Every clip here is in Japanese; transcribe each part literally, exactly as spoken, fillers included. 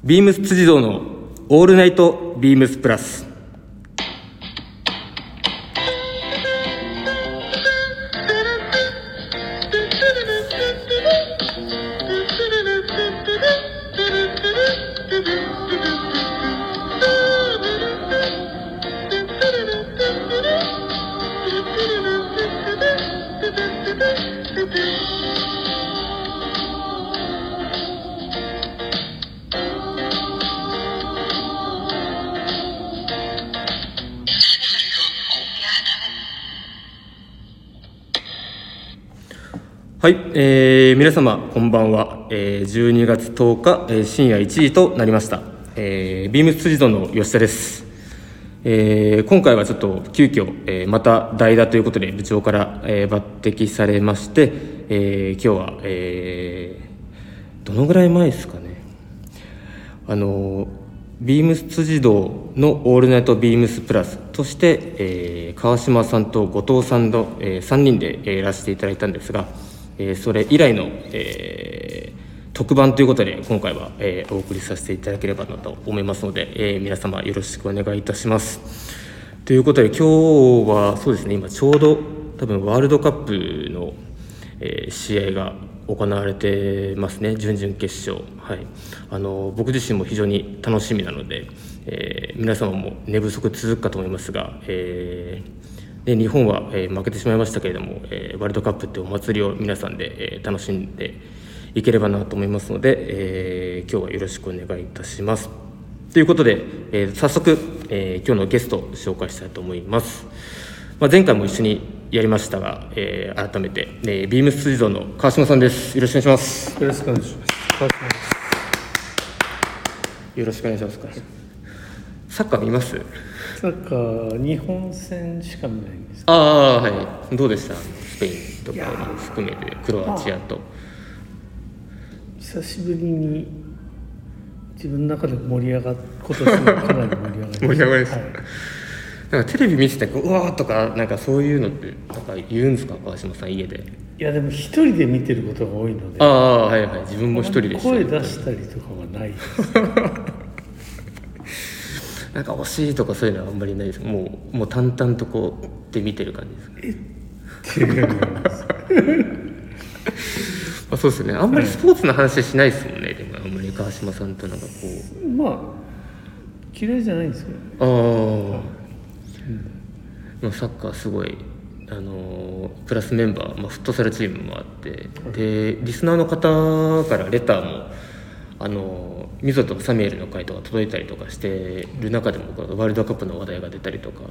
ビームス辻堂のオールナイトビームスプラス。はい、えー、皆様こんばんは、えー、じゅうにがつとおか、えー、深夜いちじとなりました、えー、ビームス辻堂の吉田です、えー、今回はちょっと急遽、えー、また代打ということで部長から、えー、抜擢されまして、えー、今日は、えー、どのぐらい前ですかね、あのビームス辻堂のオールナイトビームスプラスとして、えー、川島さんと後藤さんの、えー、さんにんで、えー、やらせていただいたんですが、えー、それ以来の、えー、特番ということで今回は、えー、お送りさせていただければなと思いますので、えー、皆様よろしくお願いいたします。ということで今日はそうですね、今ちょうど多分ワールドカップの、えー、試合が行われてますね、準々決勝、はい、あの僕自身も非常に楽しみなので、えー、皆様も寝不足続くかと思いますが、えーで日本は、えー、負けてしまいましたけれども、えー、ワールドカップってお祭りを皆さんで、えー、楽しんでいければなと思いますので、えー、今日はよろしくお願いいたします。ということで、えー、早速、えー、今日のゲストを紹介したいと思います。まあ、前回も一緒にやりましたが、えー、改めて、えー、ビームス辻堂の川島さんです。よろしくお願いします。 よろしくお願いします。川島です。 よろしくお願いします。サッカー見ます？ サッカー日本戦しか見ないんです。 ああ、はい。どうでした？スペインとかも含めてクロアチアと、まあ、 久しぶりに自分の中で盛り上がっ今年はかなり盛り上がりました盛り上がりました、はい、 なんかテレビ見ててうわーとかなんかそういうのってなんか言うんですか、川島さん家で？ いやでも一人で見てることが多いので、 ああはいはい、自分も一人で声出したりとかはないですなんか惜しいとかそういうのはあんまりないです。もうもう淡々とこうって見てる感じです。えっていうまあそうですよね。あんまりスポーツの話しないですもんね、はい、でもあんまり川島さんとなんかこうまあ嫌いじゃないんですけどね。 ああ、うん、サッカーすごいあのプラスメンバー、まあ、フットサルチームもあって、はい、でリスナーの方からレターもあのミゾとサミュエルの回とか届いたりとかしてる中でもワールドカップの話題が出たりとか、はい、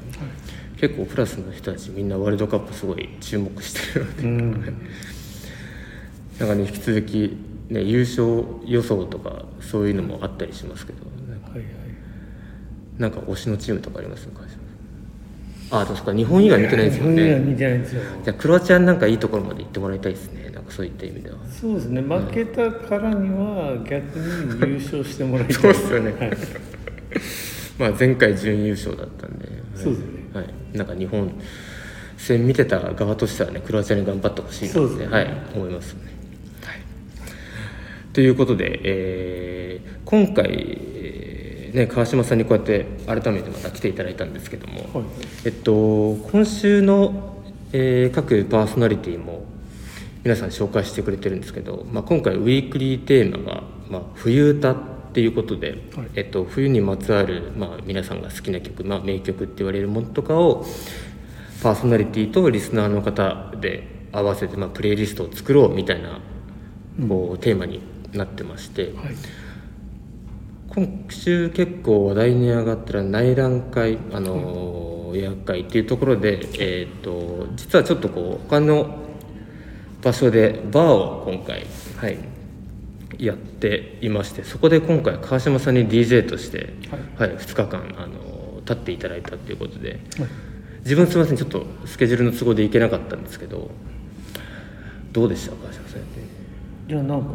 結構プラスの人たちみんなワールドカップすごい注目してるので、うん、なんかね引き続き、ね、優勝予想とかそういうのもあったりしますけど、なんか、はいはい、なんか推しのチームとかありますか？ああ、確か日本以外見てないですよね。 日本以外見てないんですよ。 じゃあクロアチアなんかいいところまで行ってもらいたいですね。なんかそういった意味では。 そうですね。負けたからには逆に優勝してもらいたい。 そうですよね。はい、まあ前回準優勝だったんで。 そうですね。 はい。なんか日本戦見てた側としてはね、クロアチアに頑張ってほしいなって、ね、はい思いますね。はい。ということで、えー、今回。ね、川島さんにこうやって改めてまた来ていただいたんですけども、はい、えっと、今週の、えー、各パーソナリティも皆さん紹介してくれてるんですけど、まあ、今回ウィークリーテーマが、まあ、冬歌っていうことで、はい、えっと、冬にまつわる、まあ、皆さんが好きな曲、まあ、名曲って言われるものとかをパーソナリティとリスナーの方で合わせて、まあ、プレイリストを作ろうみたいなこう、うん、テーマになってまして、はい、今週結構話題に上がったら内覧会、あのー、厄介っていうところで、えー、と実はちょっとこう他の場所でバーを今回、はい、やっていまして、そこで今回川島さんに ディージェー として、はいはい、ふつかかん、あのー、立っていただいたということで、はい、自分すみませんちょっとスケジュールの都合で行けなかったんですけど、どうでした川島さん？ いやなんか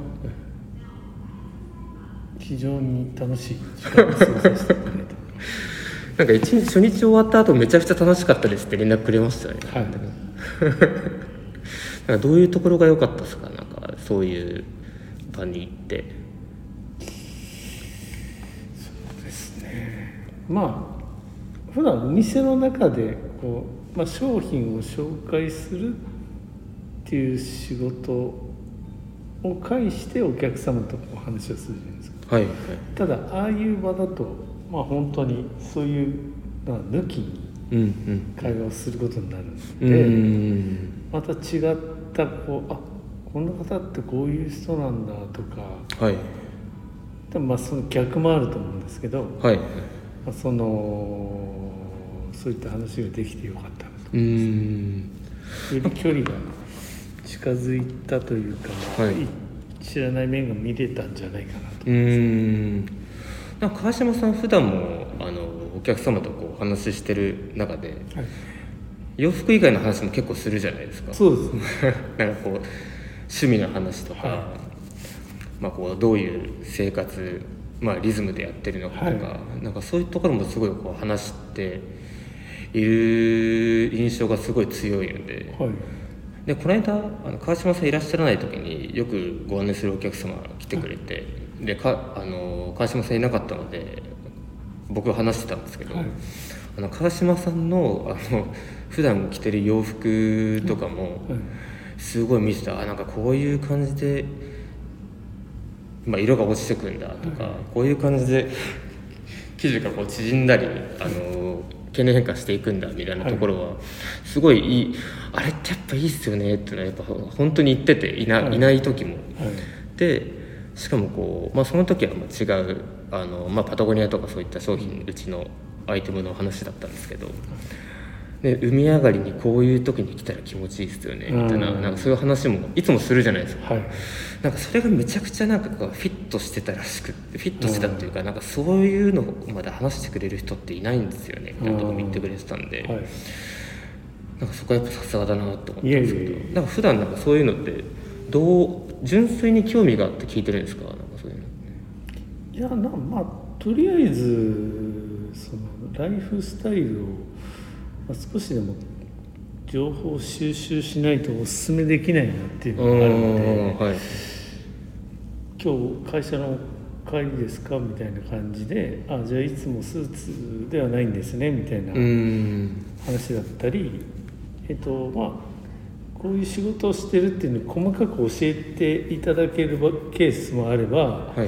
非常に楽しい時間を過ごさせてくれたなんか一日初日終わった後めちゃくちゃ楽しかったですって連絡くれましたね、はい、なんかどういうところが良かったですか？なんかそういう場に行って。 まあ普段お店の中でこう、まあ、商品を紹介するっていう仕事を介してお客様とお話をするじゃないですか。 はいはい、 ただああいう場だと、まあ、本当にそういうの抜きに会話をすることになるので、 うんうん、 また違ったこうあこんな方ってこういう人なんだとか、 はい、 でもまあその逆もあると思うんですけど、 はい、 まあ、そのそういった話ができてよかったなとう思います。 ん、 より距離が近づいたというか、まあ、はい、知らない面が見れたんじゃないかなと思います。うん、 なんか川島さん普段もあのお客様とこうお話ししてる中で、はい、洋服以外の話も結構するじゃないですか。 そうですねなんかこう趣味の話とか、はい、まあ、こうどういう生活、まあ、リズムでやってるのかとか、はい、なんかそういうところもすごいこう話している印象がすごい強いので、はい、でこの間あの川島さんいらっしゃらない時によくご案内するお客様が来てくれて、はい、でかあの川島さんいなかったので僕が話してたんですけど、はい、あの川島さんのあの普段着てる洋服とかも、はい、すごい見てた。あなんかこういう感じで、まあ、色が落ちてくんだとか、はい、こういう感じで生地がこう縮んだりあの経年変化していくんだみたいなところはすごいいい、はい、あれってやっぱいいっすよねっていうのはやっぱ本当に言っててい な,、はい、いない時も、はい、でしかもこう、まあ、その時はまあ違うあの、まあ、パタゴニアとかそういった商品うちのアイテムの話だったんですけど、で海上がりにこういう時に来たら気持ちいいですよねみたいな、なんかそういう話もいつもするじゃないですか、はい、なんかそれがめちゃくちゃなんかフィットしてたらしくて、フィットしてたっていうか、なんかそういうのまで話してくれる人っていないんですよねみたいなとこ言ってくれてたんで、はい、なんかそこはやっぱさすがだなと思ったんですけど、いやいやいや、なんか普段なんかそういうのってどう純粋に興味があって聞いてるんですか？なんかそういうの。 いやなまあとりあえずそのライフスタイルを、まあ、少しでも情報を収集しないとお勧めできないなっていうのがあるので、はい、今日会社の帰りですかみたいな感じで、あじゃあいつもスーツではないんですねみたいな話だったり、えっとまあこういう仕事をしてるっていうのを細かく教えていただけるケースもあれば、はい、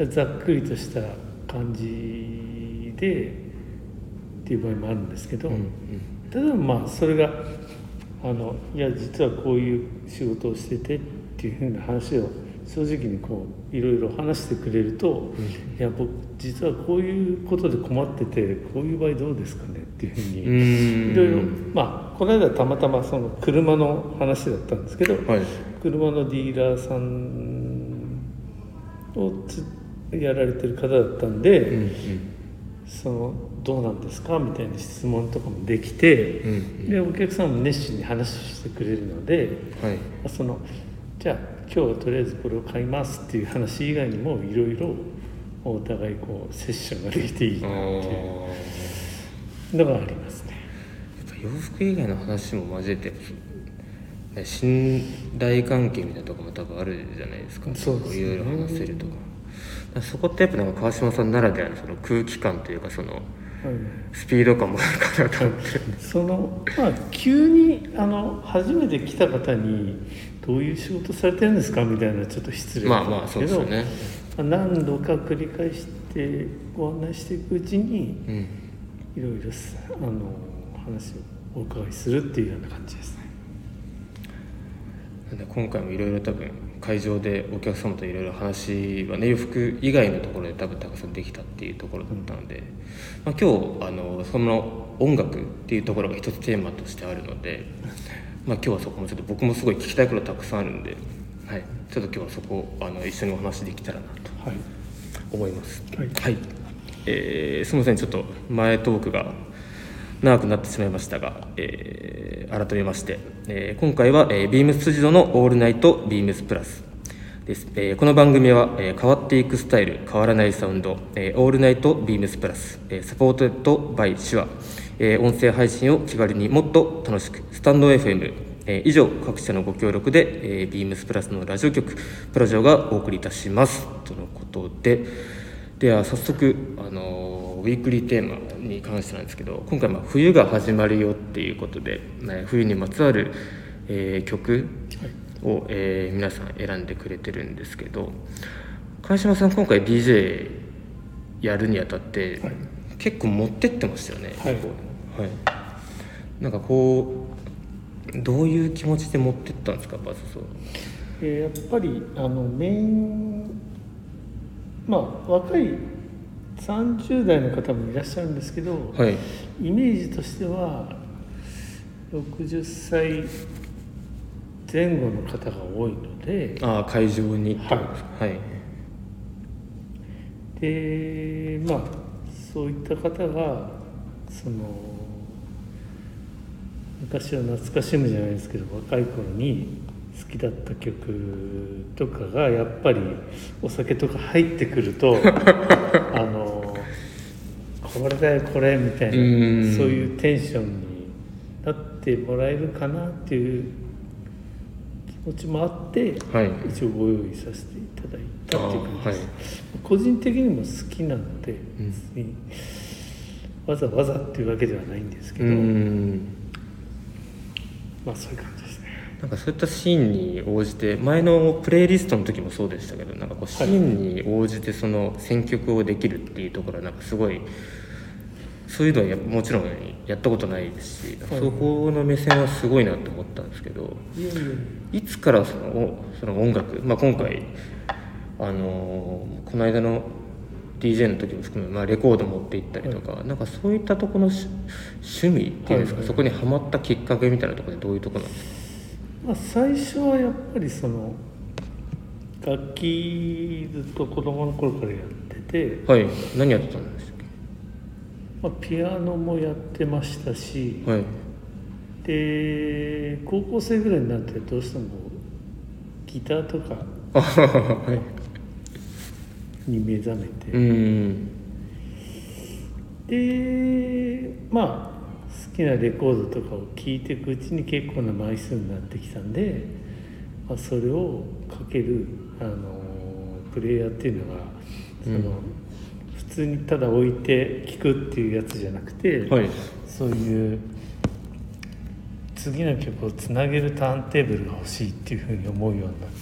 ざっくりとした感じでっていう場合もあるんですけど、うんうん、例えばまあそれがあのいや実はこういう仕事をしててっていうふうな話を正直にこういろいろ話してくれると、うん、いや僕実はこういうことで困っててこういう場合どうですかねっていうふうにいろいろ、まあこの間たまたまその車の話だったんですけど、はい、車のディーラーさんをつやられてる方だったんで、うんうん、そのどうなんですかみたいな質問とかもできて、うんうん、でお客さんも熱心に話してくれるので、はい、そのじゃあ今日はとりあえずこれを買いますっていう話以外にもいろいろお互いこうセッションができていいなっていうのがありますね。 やっぱ洋服以外の話も交えて信頼関係みたいなところも多分あるじゃないですか。そうですね、いろいろ話せるとか。そこってやっぱなんか川島さんならではのその空気感というかそのスピード感もあるかなと思って、はい、そのまあ急にあの初めて来た方にどういう仕事されてるんですかみたいなちょっと失礼なんですけど、まあまあそうですよね、何度か繰り返してご案内していくうちに、うん、いろいろあの話をお伺いするっていうような感じですね。 なんで今回もいろいろ多分会場でお客様といろいろ話はね洋服以外のところで多分たくさんできたっていうところだったので、うんまあ、今日あのその音楽っていうところが一つテーマとしてあるので、まあ、今日はそこもちょっと僕もすごい聞きたいことたくさんあるんで、はい、ちょっと今日はそこをあの一緒にお話できたらなと思います、はいはいえー、すみませんちょっと前トークが長くなってしまいましたが、えー、改めまして、えー、今回は、えー、ビームス辻堂のオールナイトビームスプラスです、えー、この番組は、えー、変わっていくスタイル変わらないサウンド、えー、オールナイトビームスプラス、えー、サポートドバイ手話、えー、音声配信を気軽にもっと楽しくスタンド エフエム、えー、以上各社のご協力で、えー、ビームスプラスのラジオ局プラジオがお送りいたしますとのことで、では早速あのーウィークリーテーマに関してなんですけど、今回まあ冬が始まるよっていうことで、ね、冬にまつわる、えー、曲を、えー、皆さん選んでくれてるんですけど、川島さん今回 ディージェー やるにあたって、はい、結構持ってってましたよね。はい、はい、なんかこうどういう気持ちで持ってったんですか、バズソー。 えー、やっぱりあのメイン、まあ若いさんじゅう代の方もいらっしゃるんですけど、はい、イメージとしてはろくじゅっさいぜん後の方が多いので、 ああ会場にってことですか。はい、はい、 でまあそういった方がその昔は懐かしむじゃないですけど、若い頃に好きだった曲とかがやっぱりお酒とか入ってくるとあのこれだよこれみたいな、そういうテンションになってもらえるかなっていう気持ちもあって、はい、一応ご用意させていただいたっていう感じです、はい、個人的にも好きなので、うん、別にわざわざっていうわけではないんですけど、まあそういう感じですね。 なんかそういったシーンに応じて、前のプレイリストの時もそうでしたけど、なんかこうシーンに応じてその選曲をできるっていうところはなんかすごい、そういうのはやもちろんやったことないですし、はい、そこの目線はすごいなと思ったんですけど、いつからそのその音楽、まあ、今回あのこの間の ディージェー の時も含め、まあ、レコード持って行ったりとか、はい、なんかそういったところの趣味っていうんですか、はいはいはい、そこにはまったきっかけみたいなところでどういうところなんですか。 まあ、最初はやっぱりその楽器ずっと子供の頃からやってて、 はい、何やってたんですか。 まあ、ピアノもやってましたし、 はい、 で高校生ぐらいになってどうしてもギターとかに目覚めて、うんでまあ好きなレコードとかを聴いていくうちに結構な枚数になってきたんで、まあ、それをかける、あのプレイヤーっていうのがその、うん、普通にただ置いて聴くっていうやつじゃなくて、はい、そういう次の曲をつなげるターンテーブルが欲しいっていうふうに思うようになって。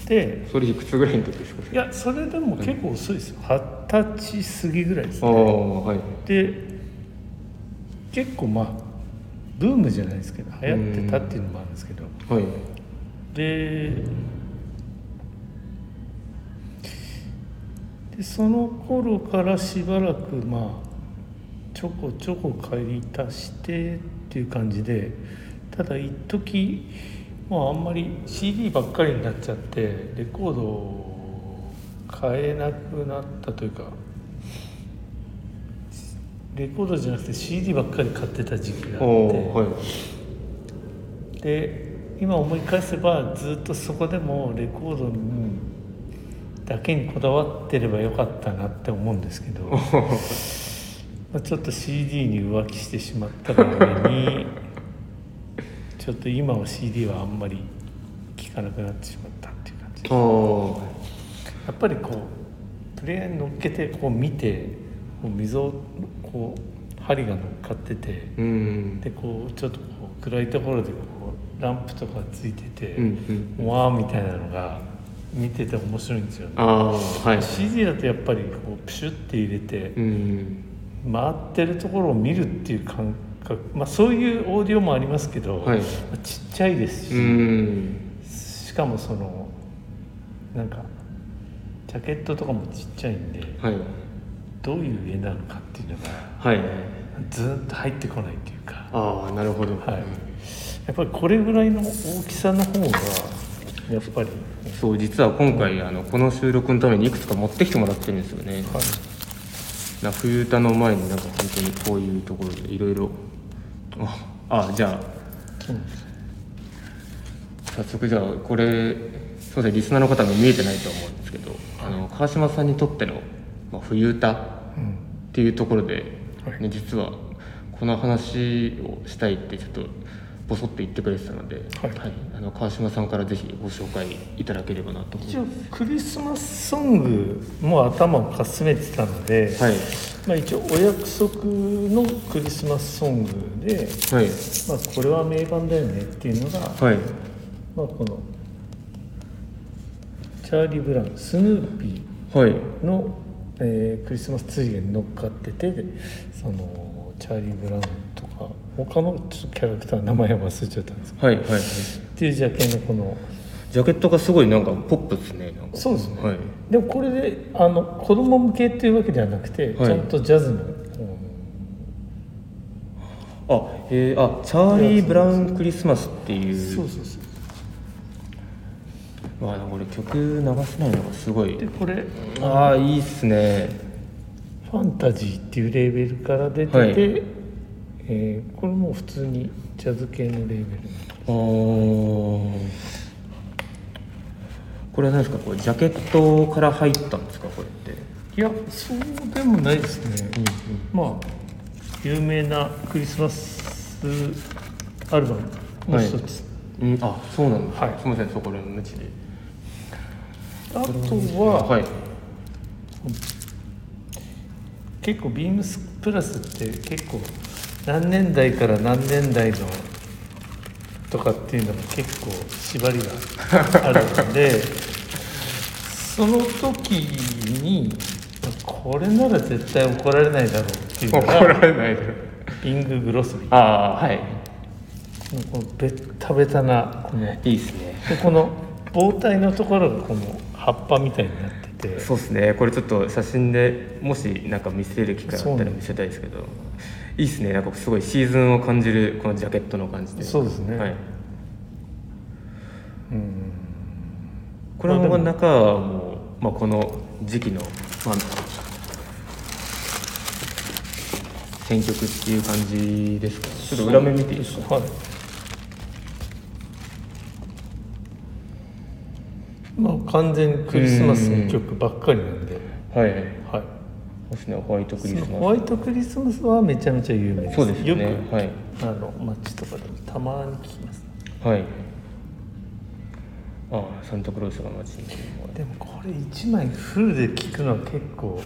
それいくつぐらいの時ですか。 いやそれでも結構遅いですよ、はたち過ぎぐらいですね。 はい、 で結構まあブームじゃないですけど流行ってたっていうのもあるんですけど、はい、ででその頃からしばらくまあちょこちょこ買い足してっていう感じで、ただ一時まああんまり シーディー ばっかりになっちゃってレコードを買えなくなったというか、レコードじゃなくて シーディー ばっかり買ってた時期があって、はい、で今思い返せばずっとそこでもレコードにだけにこだわってればよかったなって思うんですけどまあちょっと シーディー に浮気してしまったがゆえにちょっと今は シーディー はあんまり聴かなくなってしまったっていう感じです。やっぱりこうプレイヤーに乗っけてこう見て、こう溝こう針が乗っかってて、うん、でこうちょっとこう暗いところでこうランプとかついてて、うんうん、わーみたいなのが見てて面白いんですよね。あ、はい、シーディー だとやっぱりこうプシュって入れて、うん、回ってるところを見るっていう感覚、まあ、そういうオーディオもありますけど、はい、ちっちゃいですし、うん、しかもそのなんかジャケットとかもちっちゃいんで、はい、どういう絵なのかっていうのが、はい、ずっと入ってこないっていうか。 ああ、なるほど、 はい、やっぱりこれぐらいの大きさの方がやっぱりそう、実は今回、うん、あのこの収録のためにいくつか持ってきてもらってるんですよね、はい、な冬歌の前になんか本当にこういうところでいろいろああじゃあ、うん、早速じゃあこれそうですね、リスナーの方も見えてないと思うんですけど、あの川島さんにとっての、まあ、冬歌っていうところで、うん、はいね、実はこの話をしたいってちょっとボソッと言ってくれてたので、はいはい、あの川島さんからぜひご紹介いただければなと思います。 一応クリスマスソングも頭をかすめてたので、はい、 まあ、一応お約束のクリスマスソングで、 はいまあ、これは名盤だよねっていうのが、 はいまあ、このチャーリー・ブラウンスヌーピはいーの、えークリスマスツリーに乗っかってて、そのチャーリー・ブラウンとか他のちょっとキャラクターの名前を忘れちゃったんですけど、 はいはいはいっていうジャケのこのジャケットがすごいなんかポップですね。なんかそうですね、 はいでもこれであの子供向けっていうわけではなくて、 はいちゃんとジャズの、うんあ、えー、あチャーリー・ブラウンクリスマスっていうそうそうそうわあこれ曲流せないのがすごいでこれああいいっすね。 ファンタジーっていうレーベルから出てて、 はいえーこれも普通にジャズ系のレーベルなんです。 あーこれは何ですか、これジャケットから入ったんですかこれって。 いやそうでもないですね、まあ有名なクリスマスアルバムの一つ、 うん、あそうなんです、 はいすみませんそこらの無知で。 あとは、 はい結構ビームスプラスって結構何年代から何年代のとかっていうのが結構縛りがあるのでその時にこれなら絶対怒られないだろうっていうのが怒られないでビング・グロスビーああはいのこのベッタベタなこのでいいですね。 この棒体のところがこの葉っぱみたいになっててそうですね、これちょっと写真でもしなんか見せる機会があったら見せたいですけど、いいですね、なんかすごいシーズンを感じるこのジャケットの感じで。 そうですね、 はい、 うんこれも中はもう、まあ、この時期の、まあ、選曲っていう感じですか。ちょっと裏面見ていいですか。 はい、まあ完全にクリスマスの曲ばっかりなんで、 はいはいはい、 そうですね、ホワイトクリスマス。 ホワイトクリスマスはめちゃめちゃ有名です。 そうですよねく、 はいあの街とかでもたまに聞きます。 はいああサンタクロースが街に来るのはでもこれいちまいフルで聞くのは結構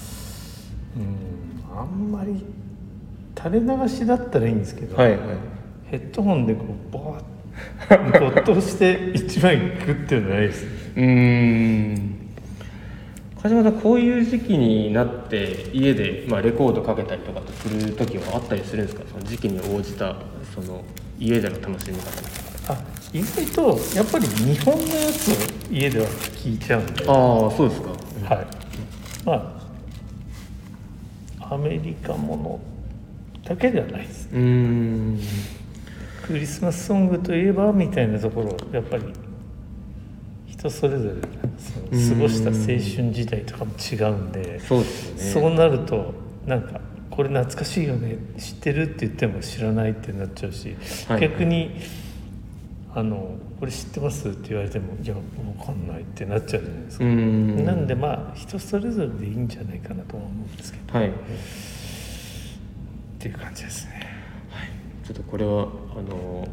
うんあんまり垂れ流しだったらいいんですけど、 はいはいヘッドホンでこうバーッ没頭していちまい聞くっていうのはないですね。 うーん鹿島さんこういう時期になって家で、まあ、レコードかけたりとかする時はあったりするんですか。その時期に応じたその家での楽しみ方ですか。 あ意外とやっぱり日本のやつを家では聞いちゃうんで、 ああそうですか。 はい、まあアメリカものだけではないです。 うーんクリスマスソングといえばみたいなところやっぱり人それぞれその過ごした青春時代とかも違うんで、 そうですよね。 そうなるとなんかこれ懐かしいよね知ってるって言っても知らないってなっちゃうし、 はい逆にあのこれ知ってますって言われてもいや分かんないってなっちゃうじゃないですか。 うーんなんでまあ人それぞれでいいんじゃないかなとは思うんですけど、 はいっていう感じですね。 ちょっとこれはあの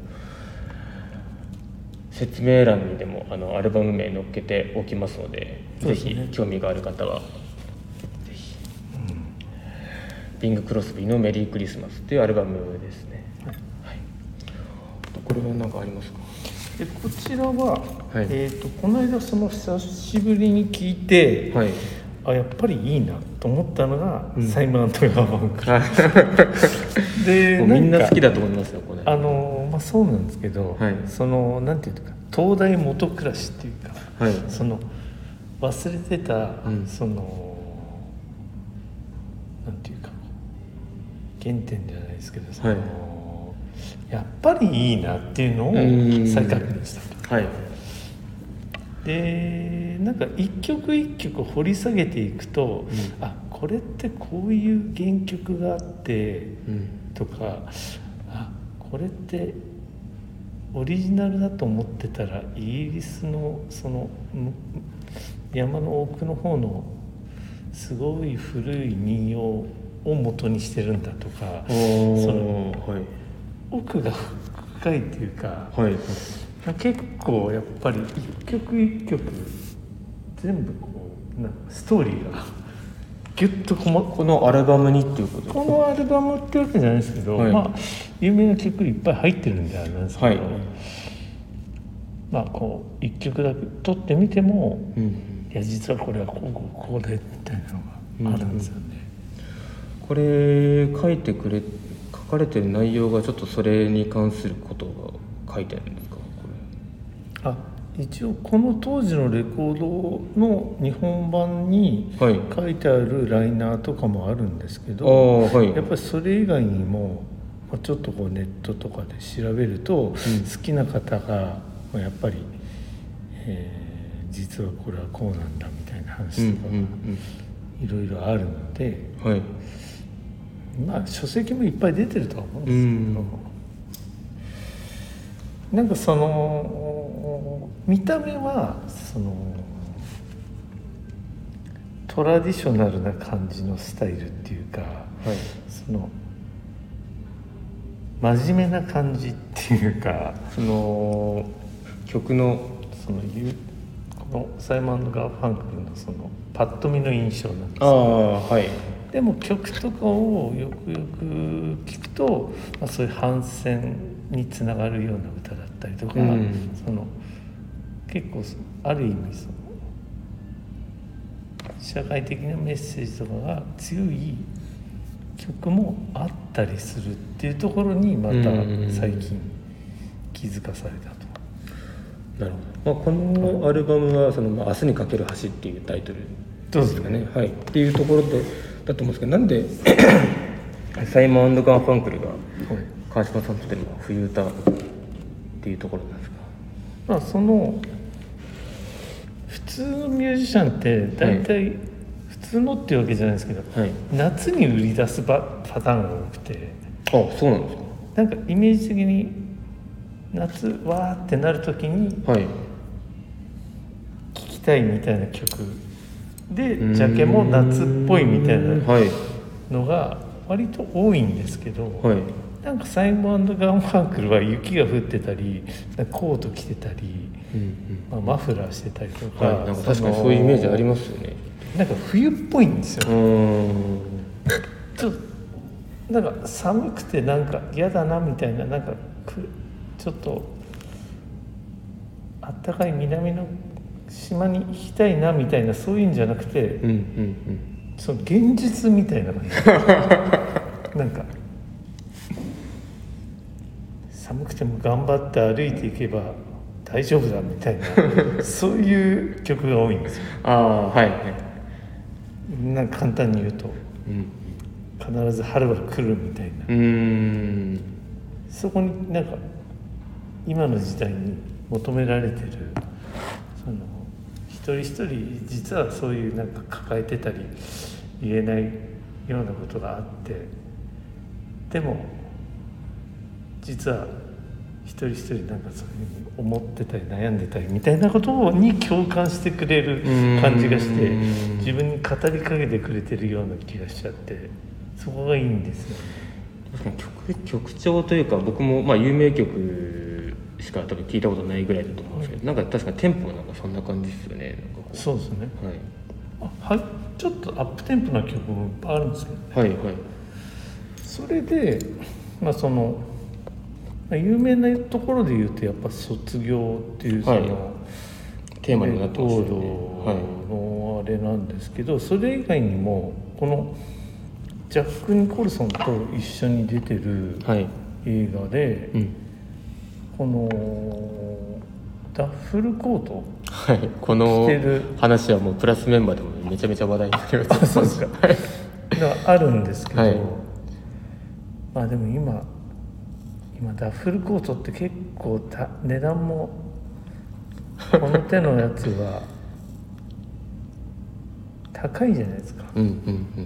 説明欄にでもあのアルバム名載っけておきますので、ぜそうですねひ興味がある方はぜひ、ビング・クロスビーの「メリークリスマス」っていうアルバムですね。 はいはい、これは何かありますか。 でこちらは、 はいえー、とこの間その久しぶりに聞いて、 はいあやっぱりいいなと思ったのが、 うんサイモン・ガーファンクルでもうみんなか好きだと思いますよこれ。 あのまあそうなんですけど、 はいそのなんていうか東大元暮らしっていうか、 はいその忘れてた、 うんそのなんていうか原点じゃないですけどその、 はいやっぱりいいなっていうのをうん再確認したと。 はいでなんか一曲一曲掘り下げていくと、 うんあこれってこういう原曲があってうんとか、あこれってオリジナルだと思ってたらイギリスのそのむ山の奥の方のすごい古い民謡を元にしてるんだとか、 おーそのはい奥が深いっていうか、 はい結構やっぱり一曲一曲全部こうなんかストーリーがギュッとこもこのアルバムにっていうことですか？ このアルバムってわけじゃないですけど、 はいまあ有名な曲いっぱい入ってるんであれなんですけど、 はい、 まあこういっきょくだけ取ってみても、 うん、 いや実はこれはこうこうこうでみたいなのがあるんですよね、 これ書いてくれ書かれてる内容がちょっとそれに関することが書いてあるんですか？これあ一応この当時のレコードの日本版にはい書いてあるライナーとかもあるんですけど、 あ、はい、 やっぱりそれ以外にもまあちょっとこうネットとかで調べると、好きな方がまあやっぱり、えー実はこれはこうなんだみたいな話とかがいろいろあるので、 はい、 まあ書籍もいっぱい出てるとは思うんですけど、なんかその見た目はそのトラディショナルな感じのスタイルっていうか、 はい、 その真面目な感じっていうか、 その曲のそのこのサイモン&ガーファンクルのそのパッと見の印象なんですああ、 よ、 はい、 でも曲とかをよくよく聞くと、まあ、そういう反戦につながるような歌だったりとか、うん、その結構ある意味その社会的なメッセージとかが強い曲もあったりするっていうところにまた最近気づかされたと。 なるほど、まあ、このアルバムはその、まあ、明日にかける橋っていうタイトルですかね、はい、っていうところでだと思うんですけど、なんでサイモン&ガーファンクルが川島さんにとっての冬歌っていうところなんですか？ まあその普通のミュージシャンって大体普通のっていうわけじゃないですけど、はい、夏に売り出すパターンが多くて、 あ、そうなんですか？ なんかイメージ的に夏わーってなる時に聴きたいみたいな曲で、ジャケも夏っぽいみたいなのが割と多いんですけど、はい、なんかサイモン&ガーファンクルは雪が降ってたりコート着てたり、うんうん、まあ、マフラーしてたりとか、 はい、なんか確かにそういうイメージありますよね。 なんか冬っぽいんですよ。うんちょっとなんか寒くてなんか嫌だなみたいな、なんかちょっとあったかい南の島に行きたいなみたいな、そういうんじゃなくて、うんうんうん、その現実みたいな感じなんか寒くても頑張って歩いていけば大丈夫だみたいなそういう曲が多いんですよ。 ああ、はい、はい、 なんか簡単に言うと、うん、必ず春は来るみたいな、うーん、そこになんか今の時代に求められてるその一人一人実はそういうなんか抱えてたり言えないようなことがあって、でも実は一人一人なんかそういうふうに思ってたり悩んでたりみたいなことに共感してくれる感じがして、自分に語りかけてくれてるような気がしちゃって、そこがいいんですよね。 確かに 曲, 曲調というか、僕もまあ有名曲しか多分聞いたことないぐらいだと思うんですけど、なんか確かにテンポなんかそんな感じですよね。なんかこう、 そうですね、はい、あ、はい、ちょっとアップテンポな曲もいっぱいあるんですけど、ね、はいはい、それでまあその有名なところで言うとやっぱ卒業っていうその、はい、 テーマになってますよね。 レコードのあれなんですけど、はい、それ以外にもこのジャック・ニコルソンと一緒に出てる映画で、はい、うん、このダッフルコート、 はい、この話はもうプラスメンバーでもめちゃめちゃ話題になりました。あ、そうですかがあるんですけど、はい、まあでも今今ダッフルコートって結構た値段もこの手のやつは高いじゃないですか。うんうんうん、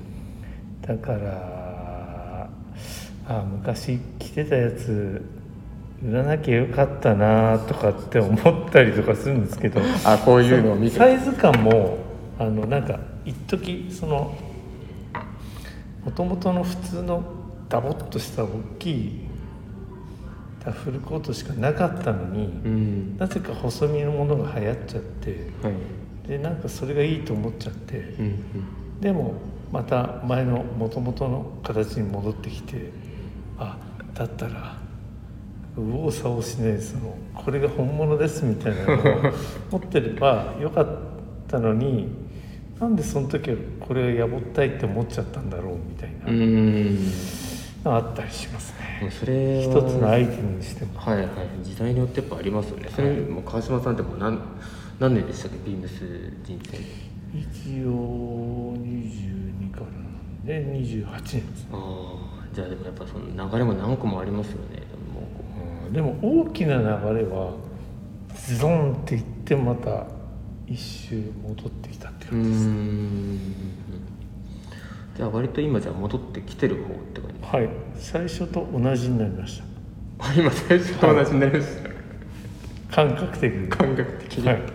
だからあ昔着てたやつ売らなきゃよかったなとかって思ったりとかするんですけど、 あ、こういうのを見てサイズ感もあのなんか一時そのもともとの普通のダボっとした大きいダッフルコートしかなかったのに、うん、なぜか細身のものが流行っちゃって、はい、でなんかそれがいいと思っちゃって、うんうん、でもまた前の元々の形に戻ってきて、あだったら右往左往しないでそのこれが本物ですみたいなのを持ってればよかったのに、なんでその時はこれをやぼったいって思っちゃったんだろうみたいなうーんのあったりしますね。 それ一はつのアイテムにしても。 はいはい、時代によってやっぱありますよね。それ、もう川島さんってもう何何年でしたっけ、ビームス人生。 一応にじゅうにからなんでにじゅうはちねんですね。 ああ、じゃあでもやっぱその流れも何個もありますよね。もうこうんでも大きな流れはズドンっていってまた一周戻ってきたってううー感じですね。 んじゃあ割と今じゃあ戻ってきてる方って感じ。 はい、最初と同じになりました。 あ、今最初と同じになりました、 感覚的に。 感覚的に、 はい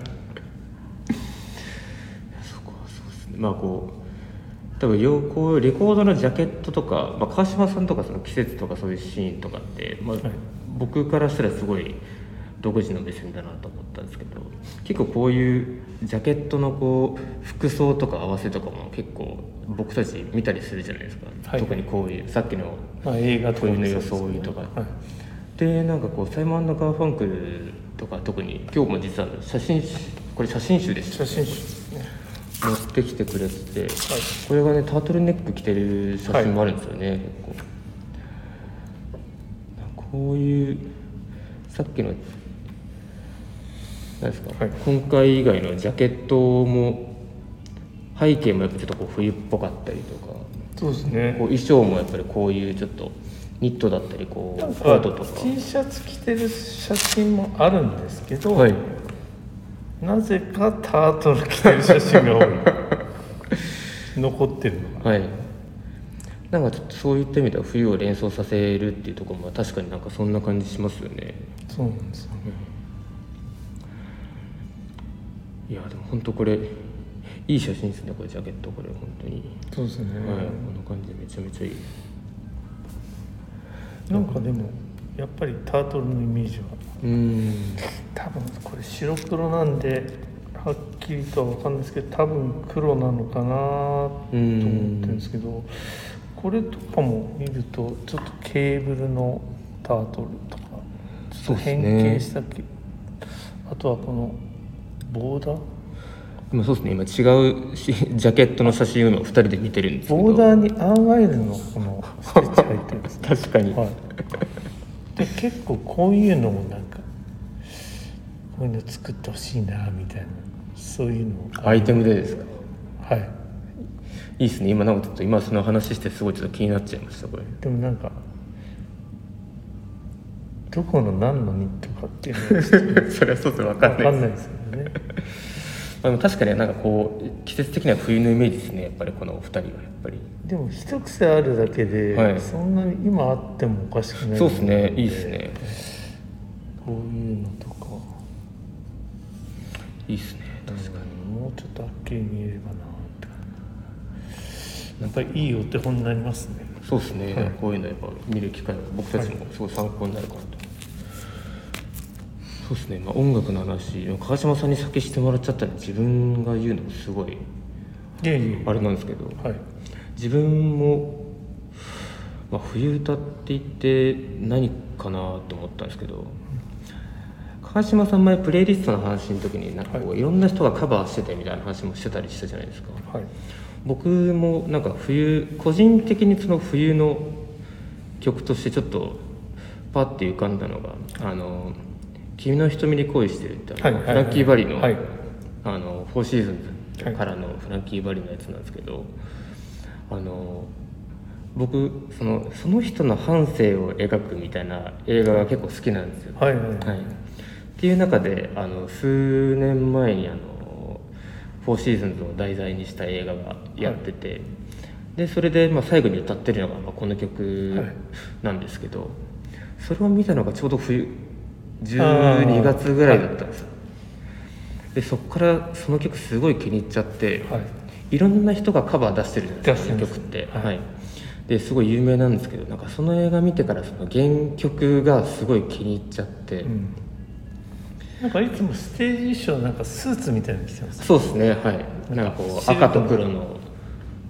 そこはそうですね。まあこう多分ようこうレコードのジャケットとか、まあ、川島さんとかその季節とかそういうシーンとかって、まあはい僕からしたらすごい独自の目線だなと思ったんですけど、結構こういうジャケットのこう服装とか合わせとかも結構僕たち見たりするじゃないですか、 はい特にこういうさっきのまあ、映画とか冬のもそうですよね装いとか、 はいでなんかこうサイモン&ガーファンクルとか特に今日も実は写真これ写真集でした写真集ですね。 持ってきてくれてて、これがねタートルネック着てる写真もあるんですよね、結構こういうさっきの何ですか、 はい今回以外のジャケットも背景もやっぱちょっとこう冬っぽかったりとか、 そうですね。 こう衣装もやっぱりこういうちょっとニットだったりこなんうコートかとか T シャツ着てる写真もあるんですけど、 はいなぜかタートル着てる写真が多い残ってるのが、 はい、なんかちょっとそういった意味では冬を連想させるっていうところも確かになんかそんな感じしますよね。 そうなんですよ。 いやでも本当これいい写真ですね、これジャケット、これ本当に、 そうですね、 はい、この感じでめちゃめちゃいい。 なんかでもやっぱりタートルのイメージはうーん多分これ白黒なんではっきりとは分かんないですけど、多分黒なのかなと思ってるんですけど、これとかも見るとちょっとケーブルのタートルとかちょっと変形したき、あとはこのボーダー今そうですね、今違うしジャケットの写真を今ふたりで見てるんですけど、 ボーダーにアーガイルのこのスケッチ入ってるんですね確かに、 はい、で結構こういうのもなんかこういうの作ってほしいなみたいな、そういうのをアイテムでですか。 はいいいですね、今なんかちょっと今その話してすごいちょっと気になっちゃいましたこれ。 でもなんかどこの何のニットかっていうのはちょっとそれはそうですね、分かんないです。 分かんないですよね。 まあでも確かになんかこう季節的には冬のイメージですね、やっぱりこのお二人はやっぱり。 でも一癖あるだけで、 はいそんなに今あってもおかしくないそうですね、 のいいですね、 こういうのとかいいですね、確かに。 もうちょっとはっきり見えればなってやっぱりいいお手本になりますね。 そうですね、 はいこういうのやっぱ見る機会は僕たちもすごい参考になるかなと、そうですね、まあ、音楽の話川島さんに先してもらっちゃったんで自分が言うのもすごいいやいやあれなんですけど、 はい自分も、まあ、冬歌って言って何かなと思ったんですけど、川島さん前プレイリストの話の時になんかこう、 はいいろんな人がカバーしててみたいな話もしてたりしたじゃないですか。 はい僕もなんか冬個人的にその冬の曲としてちょっとパッて浮かんだのが「あの君の瞳に恋してる」ってあの、 はいはいはいフランキー・バリの、 はいあのフォーシーズンズからのフランキー・バリのやつなんですけど、あの僕そのその人の半生を描くみたいな映画が結構好きなんですよ。 はいはいはいはい、っていう中であの数年前にあのフォーシーズンズを題材にした映画がやってて、はい、でそれでまあ最後に歌ってるのがまあこの曲なんですけど、はい、それを見たのがちょうど冬じゅうにがつぐらいだったんですよ。でそこからその曲すごい気に入っちゃって、はい、いろんな人がカバー出してるじゃないですか、この曲って、はいはい、ですごい有名なんですけど、なんかその映画見てからその原曲がすごい気に入っちゃって、うん、 なんかいつもステージ衣装なんかスーツみたいなの着てます。 そうですね、はい。なんかこう赤と黒のピ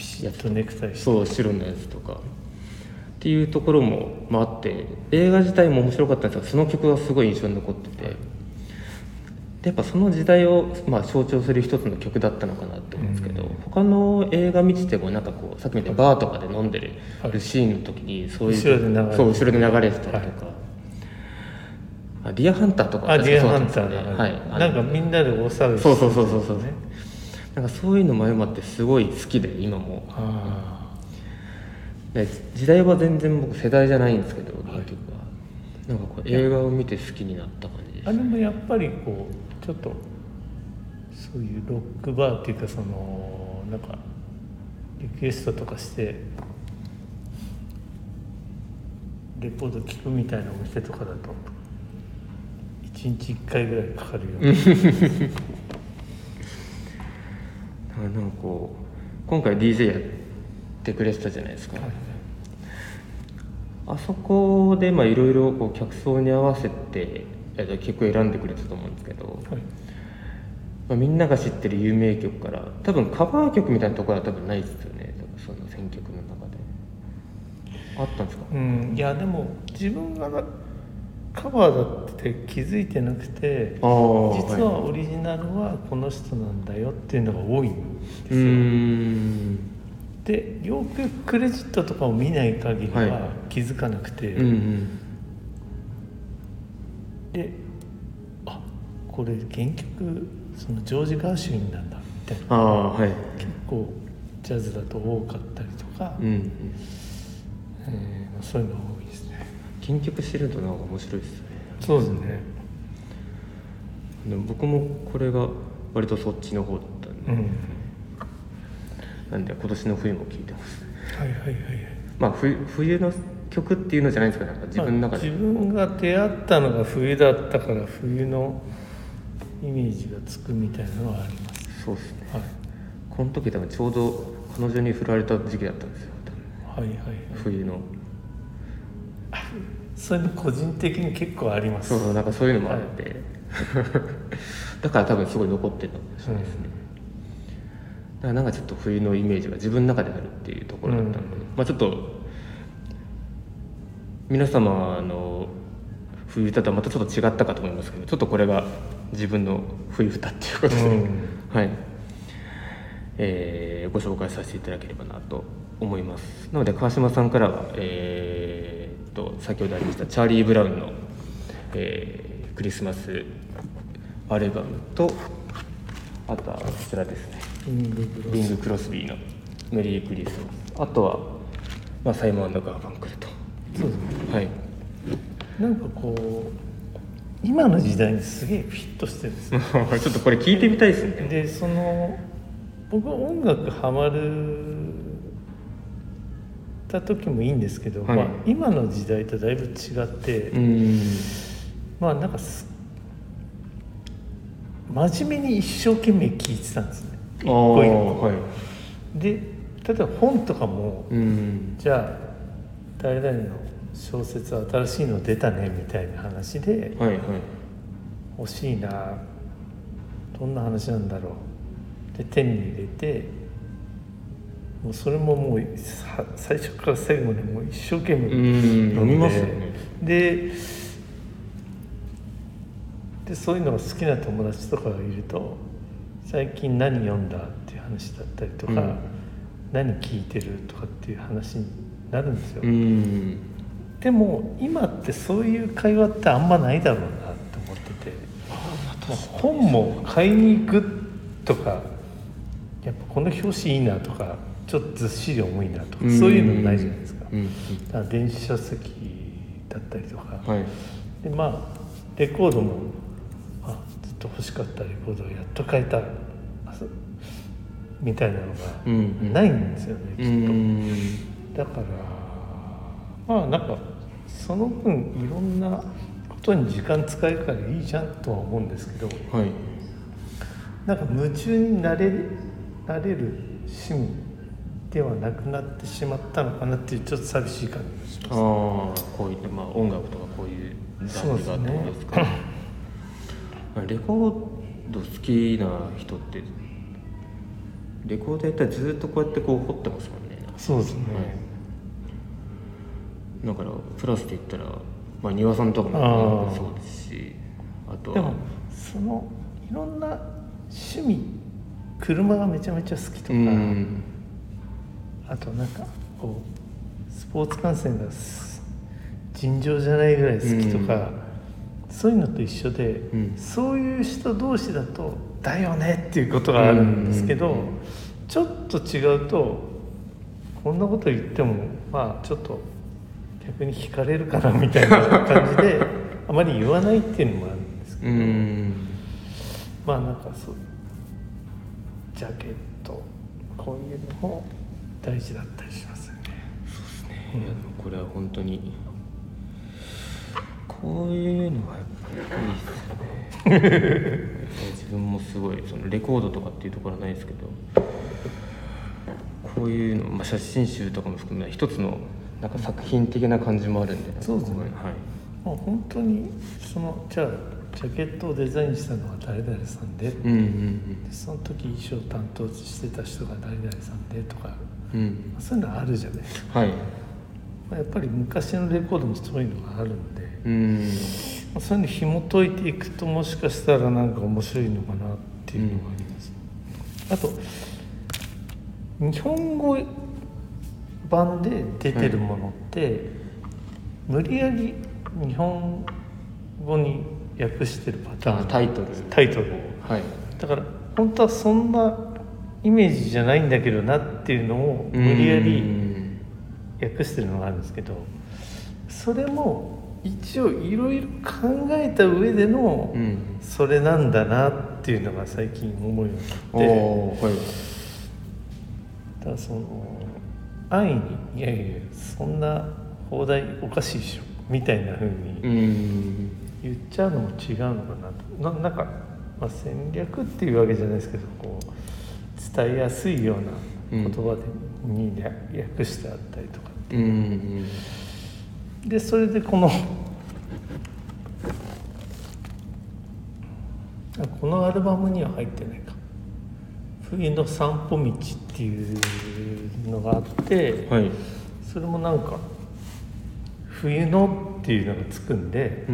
ピシッとネクタイして、 そう白のやつとかっていうところも、まあ、あって映画自体も面白かったんですがその曲がすごい印象に残ってて、はい、でやっぱその時代を、まあ、象徴する一つの曲だったのかなって思うんですけど、うん、他の映画見ててもなんかこうさっきみたいにバーとかで飲んでるシーンの時にそういう、 後ろで流れてそう後ろで流れてたりとか、はい、ディアハンターとかあディアハンターね、 はい、なんかみんなで大騒ぎしてる、 そうそうそうそうそうね、なんかそういうのも相まってすごい好きで今も。あで時代は全然僕世代じゃないんですけど、はい、結局はなんかこう映画を見て好きになった感じです。 あれもやっぱりこうちょっとそういうロックバーっていうかそのなんかリクエストとかしてレポート聞くみたいなお店とかだといちにちいっかいぐらいかかるようななんかこう今回 ディージェー やってくれてたじゃないですか、はい、あそこでいろいろ客層に合わせて曲を選んでくれたと思うんですけど、はい、まあ、みんなが知ってる有名曲から多分カバー曲みたいなところは多分ないですよね、その選曲の中であったんですか？ うん、いやでも自分がカバーだって気づいてなくて、実はオリジナルはこの人なんだよっていうのが多いんですよ。うーんでよくクレジットとかを見ない限りは気づかなくて、はい、うんうん、であこれ原曲そのジョージ・ガーシュウィンなんだみたいな、あ、はい、結構ジャズだと多かったりとか、うんうん、えー、そういうのが多いですね。 原曲知るとなんか面白いですね。 そうですね。 でも僕もこれが割とそっちの方だったんで、うん、なんで今年の冬も聴いてます。 はいはいはいはい。 まあ 冬, 冬の曲っていうのじゃないですか、なんか自分の中で、 まあ、自分が出会ったのが冬だったから冬のイメージがつくみたいなのはあります。 そうですね、はい、この時多分ちょうど彼女に振られた時期だったんですよ、 多分はいはいはい、 冬のそういうの個人的に結構あります。 そうそう、なんかそういうのもあって、はい、だから多分すごい残ってたんですね、うん、だからなんかちょっと冬のイメージが自分の中であるっていうところだったので、うん、まあちょっと皆様の冬歌とはまたちょっと違ったかと思いますけど、ちょっとこれが自分の冬歌っていうことで、うん、はい、えー、ご紹介させていただければなと思います。なので川島さんからは、えー、と先ほどありましたチャーリー・ブラウンの、えー、クリスマスアルバムと、あとはこちらですね、ビング・クロスビーのメリークリスマス、あとは、まあ、サイモン&ガーファンクルと。 そうですね、 はい、 なんかこう今の時代にすげえフィットしてるんですよちょっとこれ聞いてみたいですね。 でその僕は音楽ハマるた時もいいんですけど、はい、まあ、今の時代とだいぶ違って、うん、まあなんか真面目に一生懸命聴いてたんですね、一個一個、はい、で例えば本とかも、うん、じゃあ誰々の小説新しいの出たねみたいな話で、はいはい、欲しいな、どんな話なんだろうで手に入れて、もうそれももう最初から最後までもう一生懸命読みますよね。 ででそういうのが好きな友達とかがいると、最近何読んだっていう話だったりとか、うん、何聞いてるとかっていう話になるんですよ。うん、でも今ってそういう会話ってあんまないだろうなって思ってて、まあ、本も買いに行くとか、やっぱこの表紙いいなとか、ちょっとずっしり重いなとか、そういうのないじゃないですか。うんうん、だから電子書籍だったりとか、はい、でまあレコードも、あ、ずっと欲しかったレコードをやっと買えたみたいなのがないんですよね、うんうん、きっと。だからまあなんかその分いろんなことに時間使えるからいいじゃんとは思うんですけど、はい、なんか夢中になれる、なれる趣味ではなくなってしまったのかなっていう、ちょっと寂しい感じがします。ああ、 こういう、まあ、音楽とかこういうジャンルがあってことですか。ね、レコード好きな人ってレコードやったらずっとこうやってこう掘ってますもんね。 そうですね、 はい、だからプラスで言ったら、まあ、庭さんとかもそうですし、あとはでもそのいろんな趣味、車がめちゃめちゃ好きとか、うん、あとなんかこうスポーツ観戦が尋常じゃないぐらい好きとか、うん、そういうのと一緒で、うん、そういう人同士だとだよねっていうことがあるんですけど、うん、ちょっと違うとこんなこと言ってもまあちょっと逆に惹かれるかなみたいな感じであまり言わないっていうのもあるんですけど、うん、まあなんかそうジャケットこういうのも大事だったりしますよね。 そうですね、うん、いやでもこれは本当にこういうのはやっぱりいいですよね自分もすごいそのレコードとかっていうところはないですけど、こういうの、まあ、写真集とかも含め一つのなんか作品的な感じもあるんで、 そうですね、はい、もう本当にそのじゃあジャケットをデザインしたのは誰々さんで、うんうんうん、でその時衣装担当してた人が誰々さんでとか、うん、そういうのあるじゃないですか、はい、まあ、やっぱり昔のレコードもそういうのがあるんで、うん、まあ、そういうの紐解いていくともしかしたらなんか面白いのかなっていうのがあります、うん、あと日本語版で出てるものって、はい、無理やり日本語に訳してるパターン、 タイトルタイトルを、はい、だから本当はそんなイメージじゃないんだけどなっていうのを無理やり訳してるのがあるんですけど、それも一応いろいろ考えた上でのそれなんだなっていうのが最近思うようになって、はい、だからその安易にいやいやそんな放題おかしいでしょみたいな風に言っちゃうのも違うのかなと、な、なんか、まあ、戦略っていうわけじゃないですけどこう伝えやすいような言葉で、に訳してあったりとかっていう、うん、でそれでこのこのアルバムには入ってないか冬の散歩道っていうのがあって、はい、それもなんか冬のっていうのがつくんで、うん、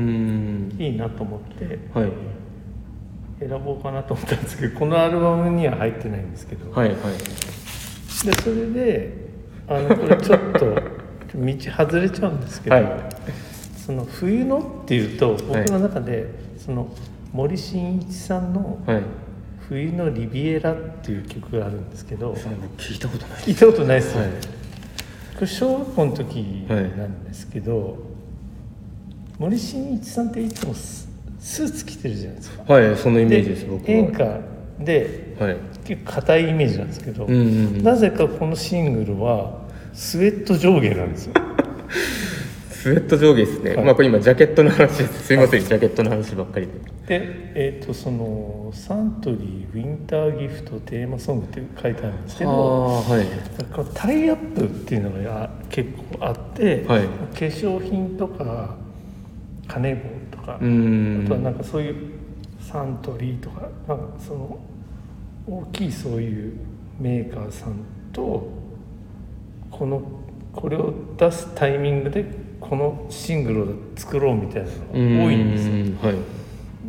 いいなと思って、はい、選ぼうかなと思ったんですけどこのアルバムには入ってないんですけど、はいはい、でそれであのこれちょっと道外れちゃうんですけど、はい、その冬のっていうと僕の中で、はい、その森進一さんの冬のリビエラっていう曲があるんですけど、 聞いたことない聞いたことないですよね、はい、これ小学校の時なんですけど、はい、森進一さんっていつもスーツ着てるじゃないですか。 はい、そのイメージです僕は。 演歌で、はい、結構硬いイメージなんですけど、うんうんうん、なぜかこのシングルはスウェット上下なんですよスウェット上下ですね、はい、まあこれ今ジャケットの話ですすいません、はい、ジャケットの話ばっかりでで、えー、とそのサントリーウィンターギフトテーマソングって書いてあるんですけど、はい、このタイアップっていうのが結構あって、はい、化粧品とかカネボウとか、あとはなんかそういうサントリーとか、なんかその大きいそういうメーカーさんとこのこれを出すタイミングでこのシングルを作ろうみたいなのが多いんですよ、はい、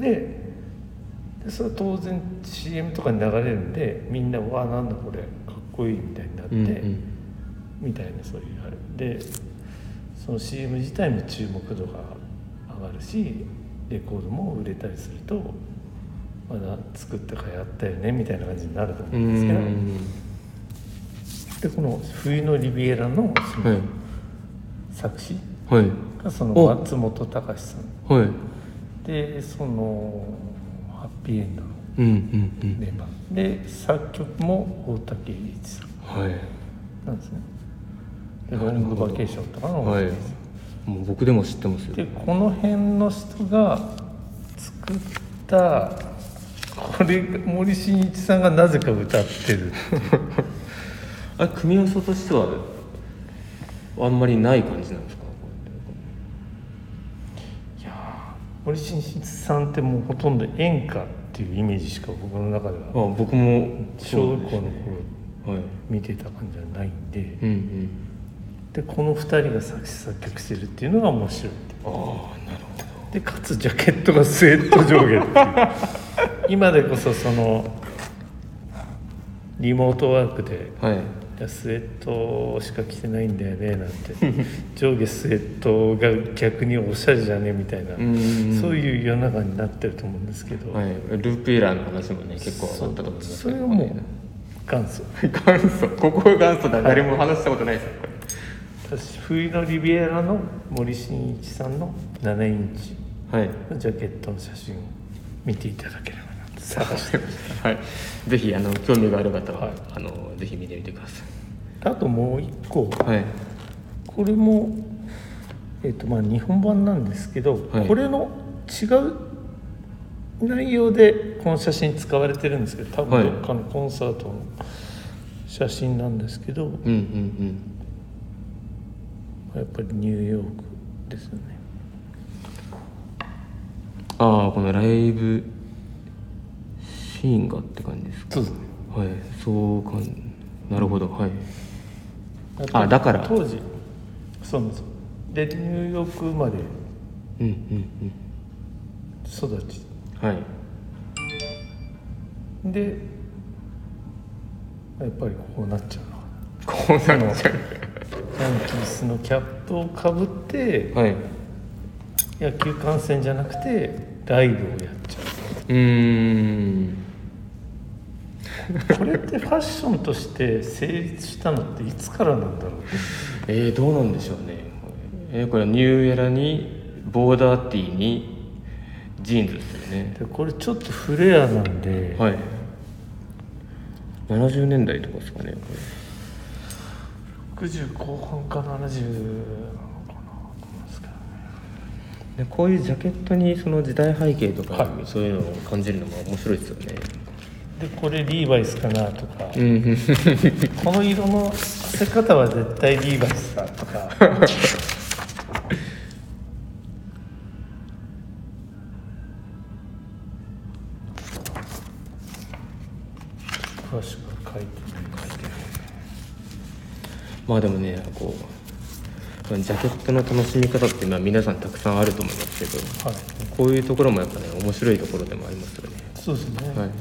で, でそれは当然 シーエム とかに流れるんでみんなわあなんだこれかっこいいみたいになって、うんうん、みたいなそういうあれでその シーエム 自体も注目度が上がるしレコードも売れたりするとまだ作ったかやったよねみたいな感じになると思うんですけど、うん、でこの冬のリビエラのその作詞がその松本隆さん、はい、でそのハッピーエンドのメンバー、うんうんうん、で作曲も大竹栄一さんなんですね、はい、でロングバケーションとかの、はい、 もう僕でも知ってますよ。 でこの辺の人が作ったこれ森進一さんがなぜか歌ってるってあれ組み合わせとしてはあんまりない感じなんですか。 いや森進一さんってもうほとんど演歌ってっていうイメージしか僕の中ではあ僕も小学校の頃はい見てた感じはないんで、 うんうんでこのふたりが作詞作曲してるっていうのが面白い。 ああなるほど。 でかつジャケットがスウェット上下っていう今でこそそのリモートワークで、 はいいやスウェットしか着てないんだよねなんて上下スウェットが逆におしゃれじゃねみたいな、 うんそういう世の中になってると思うんですけど、 はい、ループエラーの話もね結構あったと思いますそれはもう元祖。 元祖ここが元祖だ、誰も話したことないですよ、 私冬のリビエラの森進一さんのななインチはいのジャケットの写真を見ていただければなと探してましはい、ぜひあの興味がある方は、 はいあのぜひ見てみてくださた。あともう一個、 い。はいこれも、えーとまあ、日本版なんですけど、 はいこれの違う内容でこの写真使われてるんですけど、多分どっかのコンサートの写真なんですけど、 うんうんうんやっぱりニューヨークですよね。 ああこのライブシーンがって感じですか。 そうですね。 はいそうかなるほどはいとあだから当時そうなんですよ。でニューヨーク生まれうんうん育ちうんはいでやっぱりこうなっちゃうのこうなっちゃうヤンキースのキャップをかぶってはい野球観戦じゃなくてライブをやっちゃうーんう。これってファッションとして成立したのっていつからなんだろう。 えー、どうなんでしょうね、えー、これニューエラにボーダーティーにジーンズですよね。 でこれちょっとフレアなんで、 はいななじゅうねんだいとかですかねころくじゅうこう半かななじゅうなのかなと思うんですけどね。 れでこういうジャケットにその時代背景とか、 はいそういうのを感じるのも面白いですよね。 でこれリーバイスかなとか、 うんこの色のせ方は絶対リーバイスだとか詳しく書いて書いてる。 まあでもねこうジャケットの楽しみ方ってまあ皆さんたくさんあると思いますけど、 はい、 こういうところもやっぱね面白いところでもありますよね。 そうですね、 はい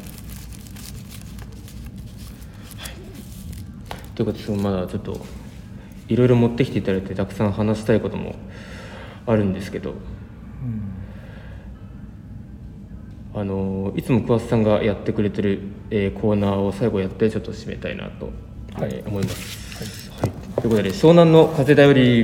ということでそのまだちょっといろいろ持ってきていただいてたくさん話したいこともあるんですけど、 うん、 あのいつも桑田さんがやってくれてる、えーコーナーを最後やってちょっと締めたいなと、 はいえー思います、はいはい、ということで湘南の風だより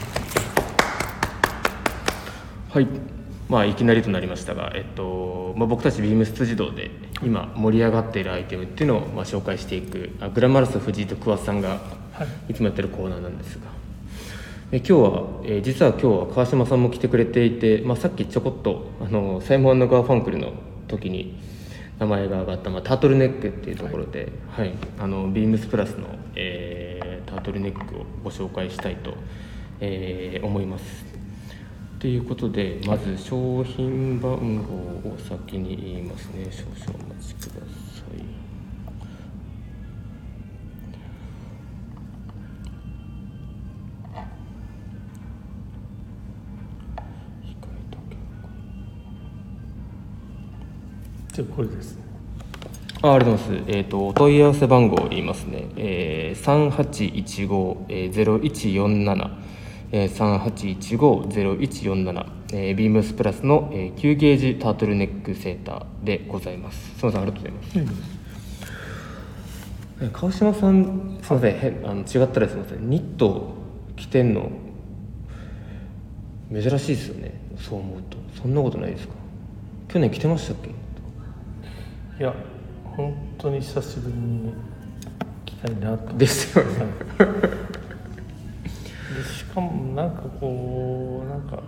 はいまあいきなりとなりましたが、えっとまあ、僕たちビームス辻堂で今盛り上がっているアイテムっていうのをまあ紹介していくあグラマラス藤井と桑田さんがいつもやってるコーナーなんですが、え今日は、えー実は今日は川島さんも来てくれていて、まあ、さっきちょこっとあのサイモン&ガーファンクルの時に名前が挙がった、まあ、タートルネックっていうところで、はいはい、あのビームスプラスの、えータートルネックをご紹介したいと、えー思います。ということでまず商品番号を先に言いますね。少々お待ちください。 じゃあこれですね。 あありがとうございます。えっ、とお問い合わせ番号を言いますね。えー、さんはちいちごゼロいちよんなな、えー、さんはちいちごゼロいちよんなな、えー、ビームスプラスの、えー、きゅうゲージタートルネックセーターでございます。すみませんありがとうございます。えー川島さんすみません変あの違ったらすみませんニット着てんの珍しいですよね。そう思うとそんなことないですか。去年着てましたっけ。 いや本当に久しぶりに来たいなと。 ですよね。 でしかもなんかこうなんか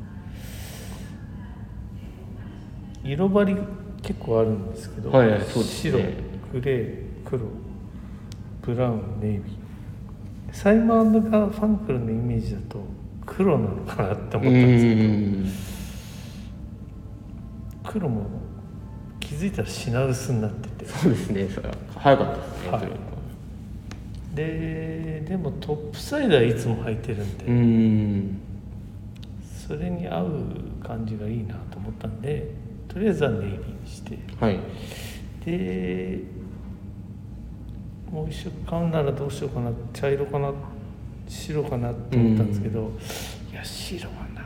色張り結構あるんですけど、 はいはいそうですね白グレー黒ブラウンネイビーサイモン&ガーファンクルのイメージだと黒なのかなって思ったんですけど黒も着気づいたら品薄になってて、 そうですね、それは早かったですね、 はい、 それは。 ででもトップサイドはいつも履いてるんで、 うーんそれに合う感じがいいなと思ったんで、とりあえずはネイビーにして、 はい、 でもう一色買うならどうしようかな、茶色かな白かなって思ったんですけど、いや白はな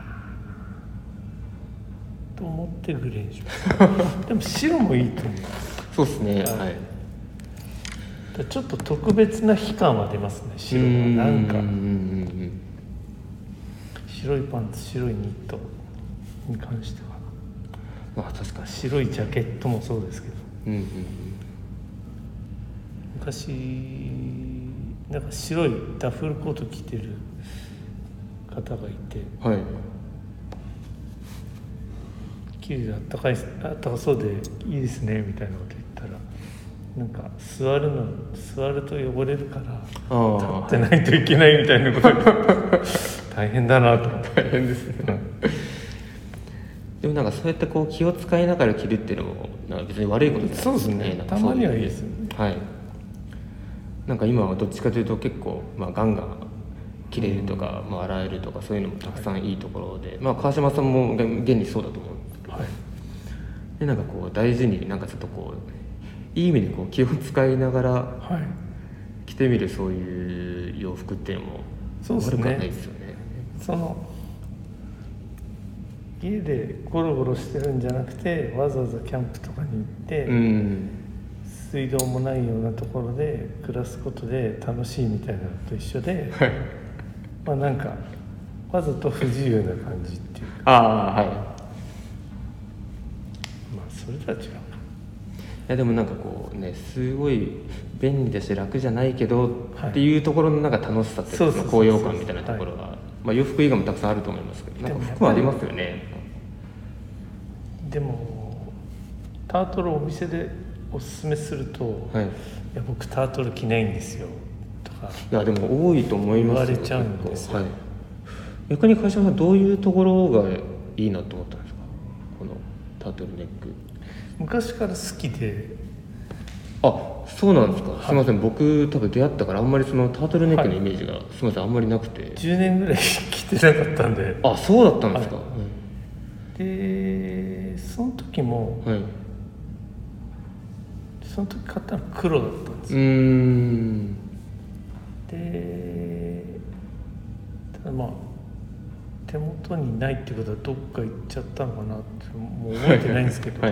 と思ってグレーにしましたでも白もいいと思う。 そうですね、はい、 ちょっと特別な悲観は出ますね、白は。なんか白いパンツ、白いニットに関しては、 まあ確かに白いジャケットもそうですけど、 うんうんうん、 昔なんか白いダッフルコート着てる方がいて、 はい、 生地があったかい、あったかそうでいいですねみたいなこと言ったら、なんか座るの座ると汚れるから立ってないといけないみたいなこと言って大変だなと思って。 大変ですねでもなんかそうやってこう気を使いながら着るっていうのもなんか別に悪いことじゃないですね。 そうですね、 なんかたまにはいいですよね。 はい、なんか今はどっちかというと結構、まあ、ガンガン着れるとか、うん、まあ、洗えるとかそういうのもたくさんいいところで、はい、まあ、川島さんも現にそうだと思うんですけど、はい、でなんかこう大事になんかちょっとこういい意味でこう気を使いながら着てみるそういう洋服っていうのも悪くはないですよね。 その家でゴロゴロしてるんじゃなくて、わざわざキャンプとかに行って、うん、水道もないようなところで暮らすことで楽しいみたいなのと一緒で、はい、まあなんかわざと不自由な感じっていうか、 ああ、はい、まあそれとは違うな。いやでもなんかこうね、すごい便利だし楽じゃないけど、はい、っていうところのなんか楽しさっていうか高揚感みたいなところが、はい、まあ、洋服以外もたくさんあると思いますけど、なんか服もありますよね。 でもタートルをお店でおすすめすると、はい、いや僕タートル着ないんですよとか、 いやでも多いと思いますよ。 言われちゃうんですよ、はい、 逆に川島さんどういうところがいいなと思ったんですか、このタートルネック。 昔から好きで。 あ、そうなんですか、はい、すみません、僕多分出会ったからあんまりそのタートルネックのイメージが、はい、すみませんあんまりなくて、 じゅうねんぐらい着てなかったんで。 あ、そうだったんですか、はい、 でその時も、はい、その時買ったの黒だったんですよ。うーんでただまあ手元にないってことはどっか行っちゃったのかなってもう覚えてないんですけど、はい、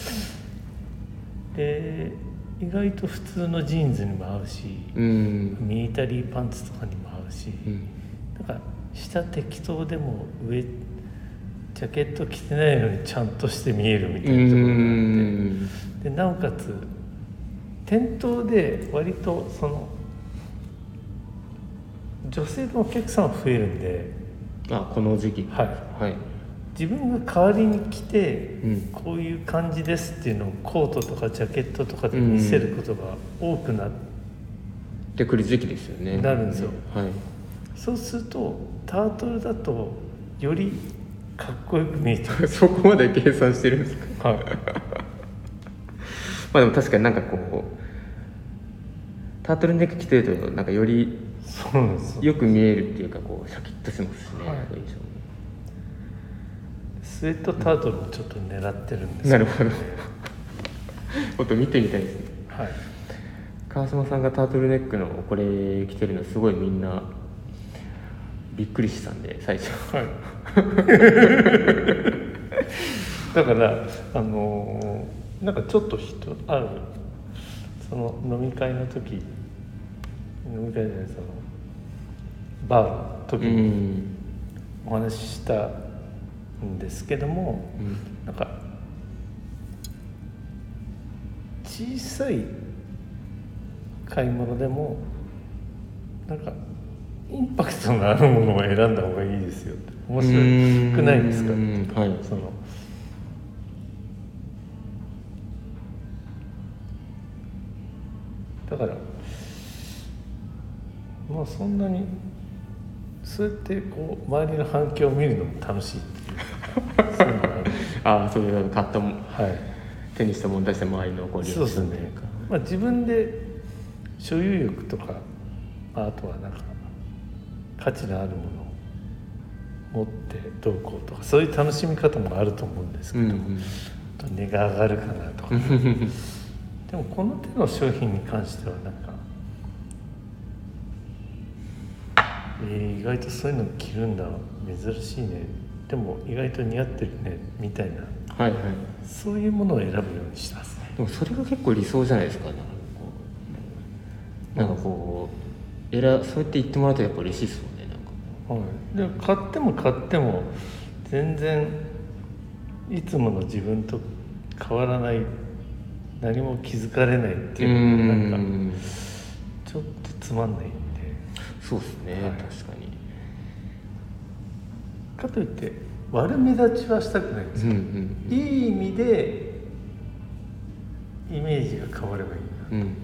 で意外と普通のジーンズにも合うし、うん、ミリタリーパンツとかにも合うし、うん、だから下適当でも上ジャケット着てないのにちゃんとして見えるみたいなところがあって、でなおかつ店頭で割とその女性のお客さん増えるんで、 あ、この時期、 はい、はい、自分が代わりに着て、うん、こういう感じですっていうのをコートとかジャケットとかで見せることが多くなってくる時期ですよね。 なるんですよ、 はい、 そうするとタートルだとよりかっこよく見えちゃうそこまで計算してるんですか。はいまあでも確かになんかこうタートルネック着てるとなんかよりよく見えるっていうか、こうシャキッとしますしね、はい、 スウェットタートルもちょっと狙ってるんですよ、ね、なるほどもっと見てみたいですね。 はい、 川島さんがタートルネックのこれ着てるのすごいみんなびっくりしたんで最初、はいだからあのー、なんかちょっと人あるその飲み会の時飲み会じゃないそのバーの時にお話ししたんですけども、うん、なんか小さい買い物でもなんかインパクトのあるものを選んだ方がいいですよって、面白くないですか、はい、そのだからまあそんなにそうやってこう周りの反響を見るのも楽しいっていうそういうのがあるああ、そういう買ったもん、 はい、 手にしたものに対して周りのこうリアクションというか、 まあ、自分で所有欲とか、まあ、あとはなんか価値のあるものを持ってどうこうとかそういう楽しみ方もあると思うんですけど、うんうん、値が上がるかなとかでもこの手の商品に関してはなんか、えー、意外とそういうの着るんだ珍しいねでも意外と似合ってるねみたいな、はいはい、そういうものを選ぶようにしてますね。 でもそれが結構理想じゃないですかね。なんかこう、なんかこうそうやって言ってもらうとやっぱ嬉しいですもんね。 なんか、はい、で買っても買っても全然いつもの自分と変わらない何も気づかれないっていうのがなんかちょっとつまんないんで。 そうですね、はい、確かに。 かといって悪目立ちはしたくないんですけど、うんうんうん、いい意味でイメージが変わればいいな、うんうんうん、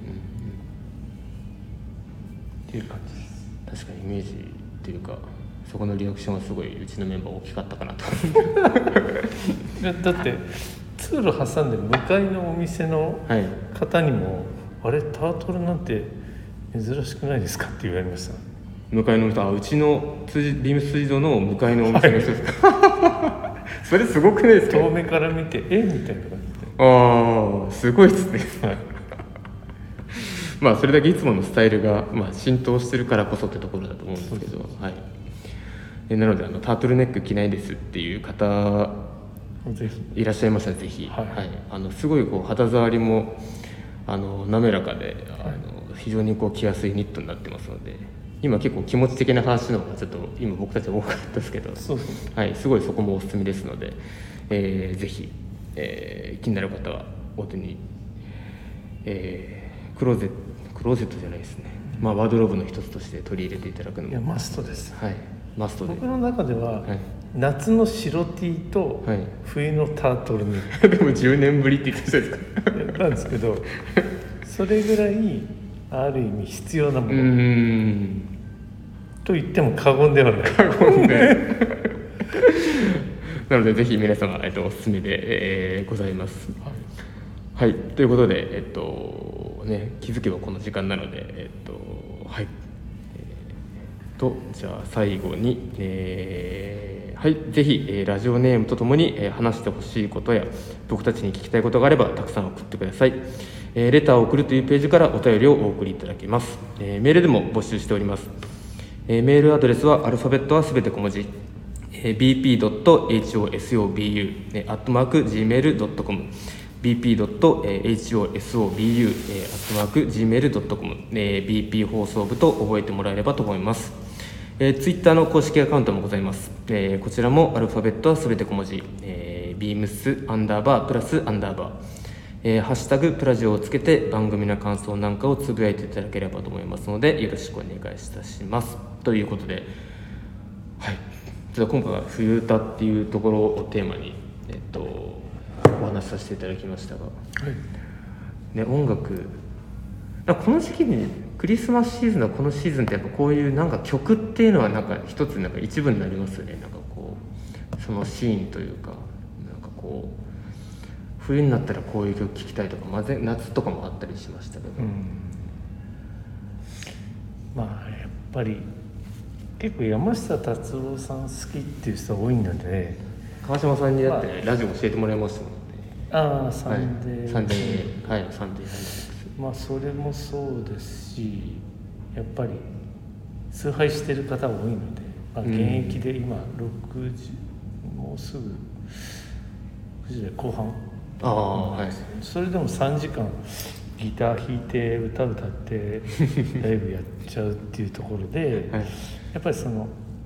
っていう感じです。 確かにイメージっていうかそこのリアクションはすごいうちのメンバー大きかったかなとだって通路挟んで向かいのお店の方にも、はい、あれタートルなんて珍しくないですかって言われました。 向かいの人、あ、うちの辻ビームス辻堂の向かいのお店の人ですか、はい、それすごくないですか。 遠目から見てえみたいな感じで、 ああすごいですね、はい、まあそれだけいつものスタイルが、まあ、浸透してるからこそってところだと思うんですけど、はい、えなのであのタートルネック着ないですっていう方ぜひいらっしゃいましたらぜひ、はいはい、あのすごいこう肌触りもあの滑らかで、あの非常にこう着やすいニットになってますので、今結構気持ち的な話の方がちょっと今僕たち多かったですけど、そうそう、はい、すごいそこもおすすめですので、えー、ぜひ、えー、気になる方はお手に、えー、クローゼットクローゼットじゃないですね、まあ、ワードローブの一つとして取り入れていただくのも、 いやマストです、 はい、マストで。 僕の中では、はい、夏の白 T と冬のタートルに、はい、でもじゅうねんぶりって言ってたじゃないですかなんですけどそれぐらいある意味必要なもの、うーんと言っても過言ではない過言でなのでぜひ皆様、えっと、おすすめで、えー、ございます、はい、はい、ということで、えっとね、気づけばこの時間なので、えっとはい、えー、とじゃあ最後に、えー、はい、ぜひ、えー、ラジオネームとともに、えー、話してほしいことや僕たちに聞きたいことがあればたくさん送ってください。えー、レターを送るというページからお便りをお送りいただけます。えー、メールでも募集しております。えー、メールアドレスはアルファベットはすべて小文字、えー、ビーピードットエイチオーエスオービーユー アットマーク ジーメールドットコム ビーピードットエイチオーエスオービーユー アットマーク ジーメールドットコム えー、ビーピー 放送部と覚えてもらえればと思います。えー、ツイッターの公式アカウントもございます。えー、こちらもアルファベットはすべて小文字、えー、ビームスアンダーバープラスアンダーバー、えー、ハッシュタグプラジオをつけて番組の感想なんかをつぶやいていただければと思いますのでよろしくお願いいたしますということで、はい、ちょっと今回は冬歌っていうところをテーマに、えっと、お話しさせていただきましたが、はいね、音楽この時期にクリスマスシーズンのこのシーズンってやっぱこういうなんか曲っていうのはなんか一つなんか一部になりますよね。なんかこうそのシーンというかなんかこう冬になったらこういう曲聴きたいとか、まあ、夏とかもあったりしましたけど、うん、 まあやっぱり結構山下達郎さん好きっていう人多いので、 川島さんにだって、ね、まあ、ラジオ教えてもらいましたもんね。 ああサンデー、 はい、サンデーはいサンデーまあそれもそうですし、やっぱり崇拝してる方も多いので、まあ、現役で今ろくじ、うん、もうすぐくじで後半、 ああ、はい、 それでもさんじかんギター弾いて歌歌ってライブやっちゃうっていうところで、はい、やっぱりその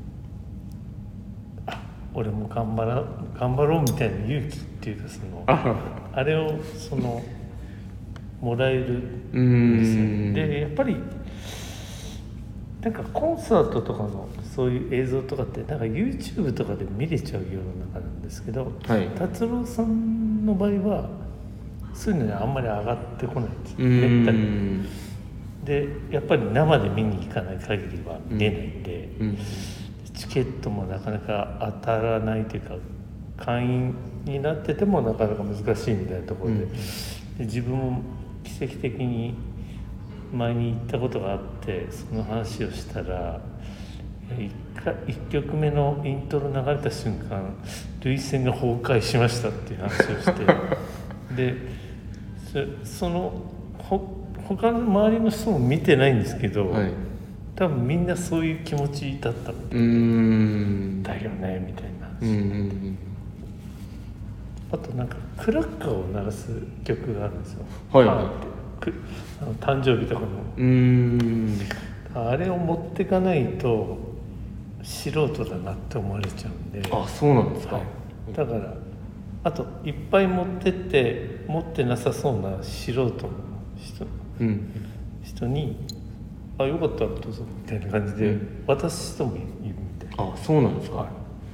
あ俺も頑張ら頑張ろうみたいな勇気っていうかその あ, あれをそのもらえるんですよ。でやっぱりなんかコンサートとかのそういう映像とかってなんか YouTube とかで見れちゃう世の中なんですけど、はい、達郎さんの場合はそういうのにあんまり上がってこないんですよ、めったに。でやっぱり生で見に行かない限りは見れないんで、うんうん、チケットもなかなか当たらないというか会員になっててもなかなか難しいみたいなところで、うん、で自分も奇跡的に前に行ったことがあってその話をしたらいっきょくめのイントロ流れた瞬間涙腺が崩壊しましたっていう話をしてで そ, そのほ他の周りの人も見てないんですけど、はい、多分みんなそういう気持ちだったみたいな、うーんだよねみたいな話、うんうんうん、あとなんかクラッカーを鳴らす曲があるんですよ、はいはい、あの誕生日とかのうーんあれを持ってかないと素人だなって思われちゃうんで。 あ、そうなんですか、はい、 だからあといっぱい持ってって持ってなさそうな素人の人、うん、人に「あ、よかったらどうぞ」みたいな感じで渡す人もいるみたいな、 うん、あ、そうなんですか、はい、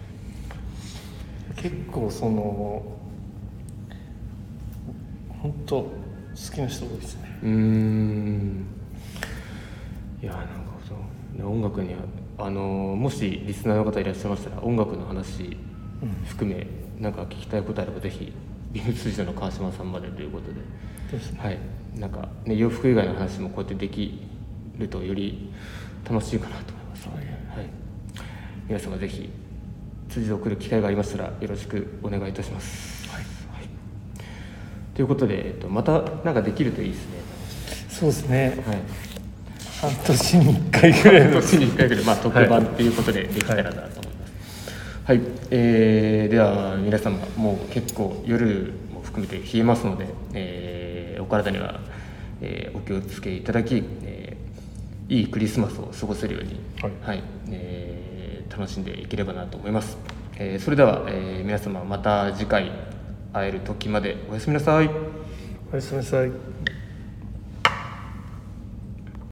結構その本当好きな人多いですね。 うーん、いや、なんか音楽にはあのもしリスナーの方いらっしゃいましたら音楽の話含め、うん、なんか聞きたいことあればぜひビームスジの川島さんまでということで、 ですね、 はい、なんか、ね、洋服以外の話もこうやってできるとより楽しいかなと思いますので、はいはい、皆様ぜひ辻堂来る機会がありましたらよろしくお願いいたします、はいはい、ということで、えっと、またなんかできるといいですね。 そうですね、はい、半年にいっかいぐらいの半年にいっかいぐらい、まあ、特番っていうことでできたらなと思います。はい、はい、えー、では皆様もう結構夜も含めて冷えますので、えー、お体には、えー、お気をつけいただき、えー、いいクリスマスを過ごせるように、はいはい、えー、楽しんでいければなと思います。えー、それでは、えー、皆様また次回会える時までおやすみなさい。 おやすみなさい。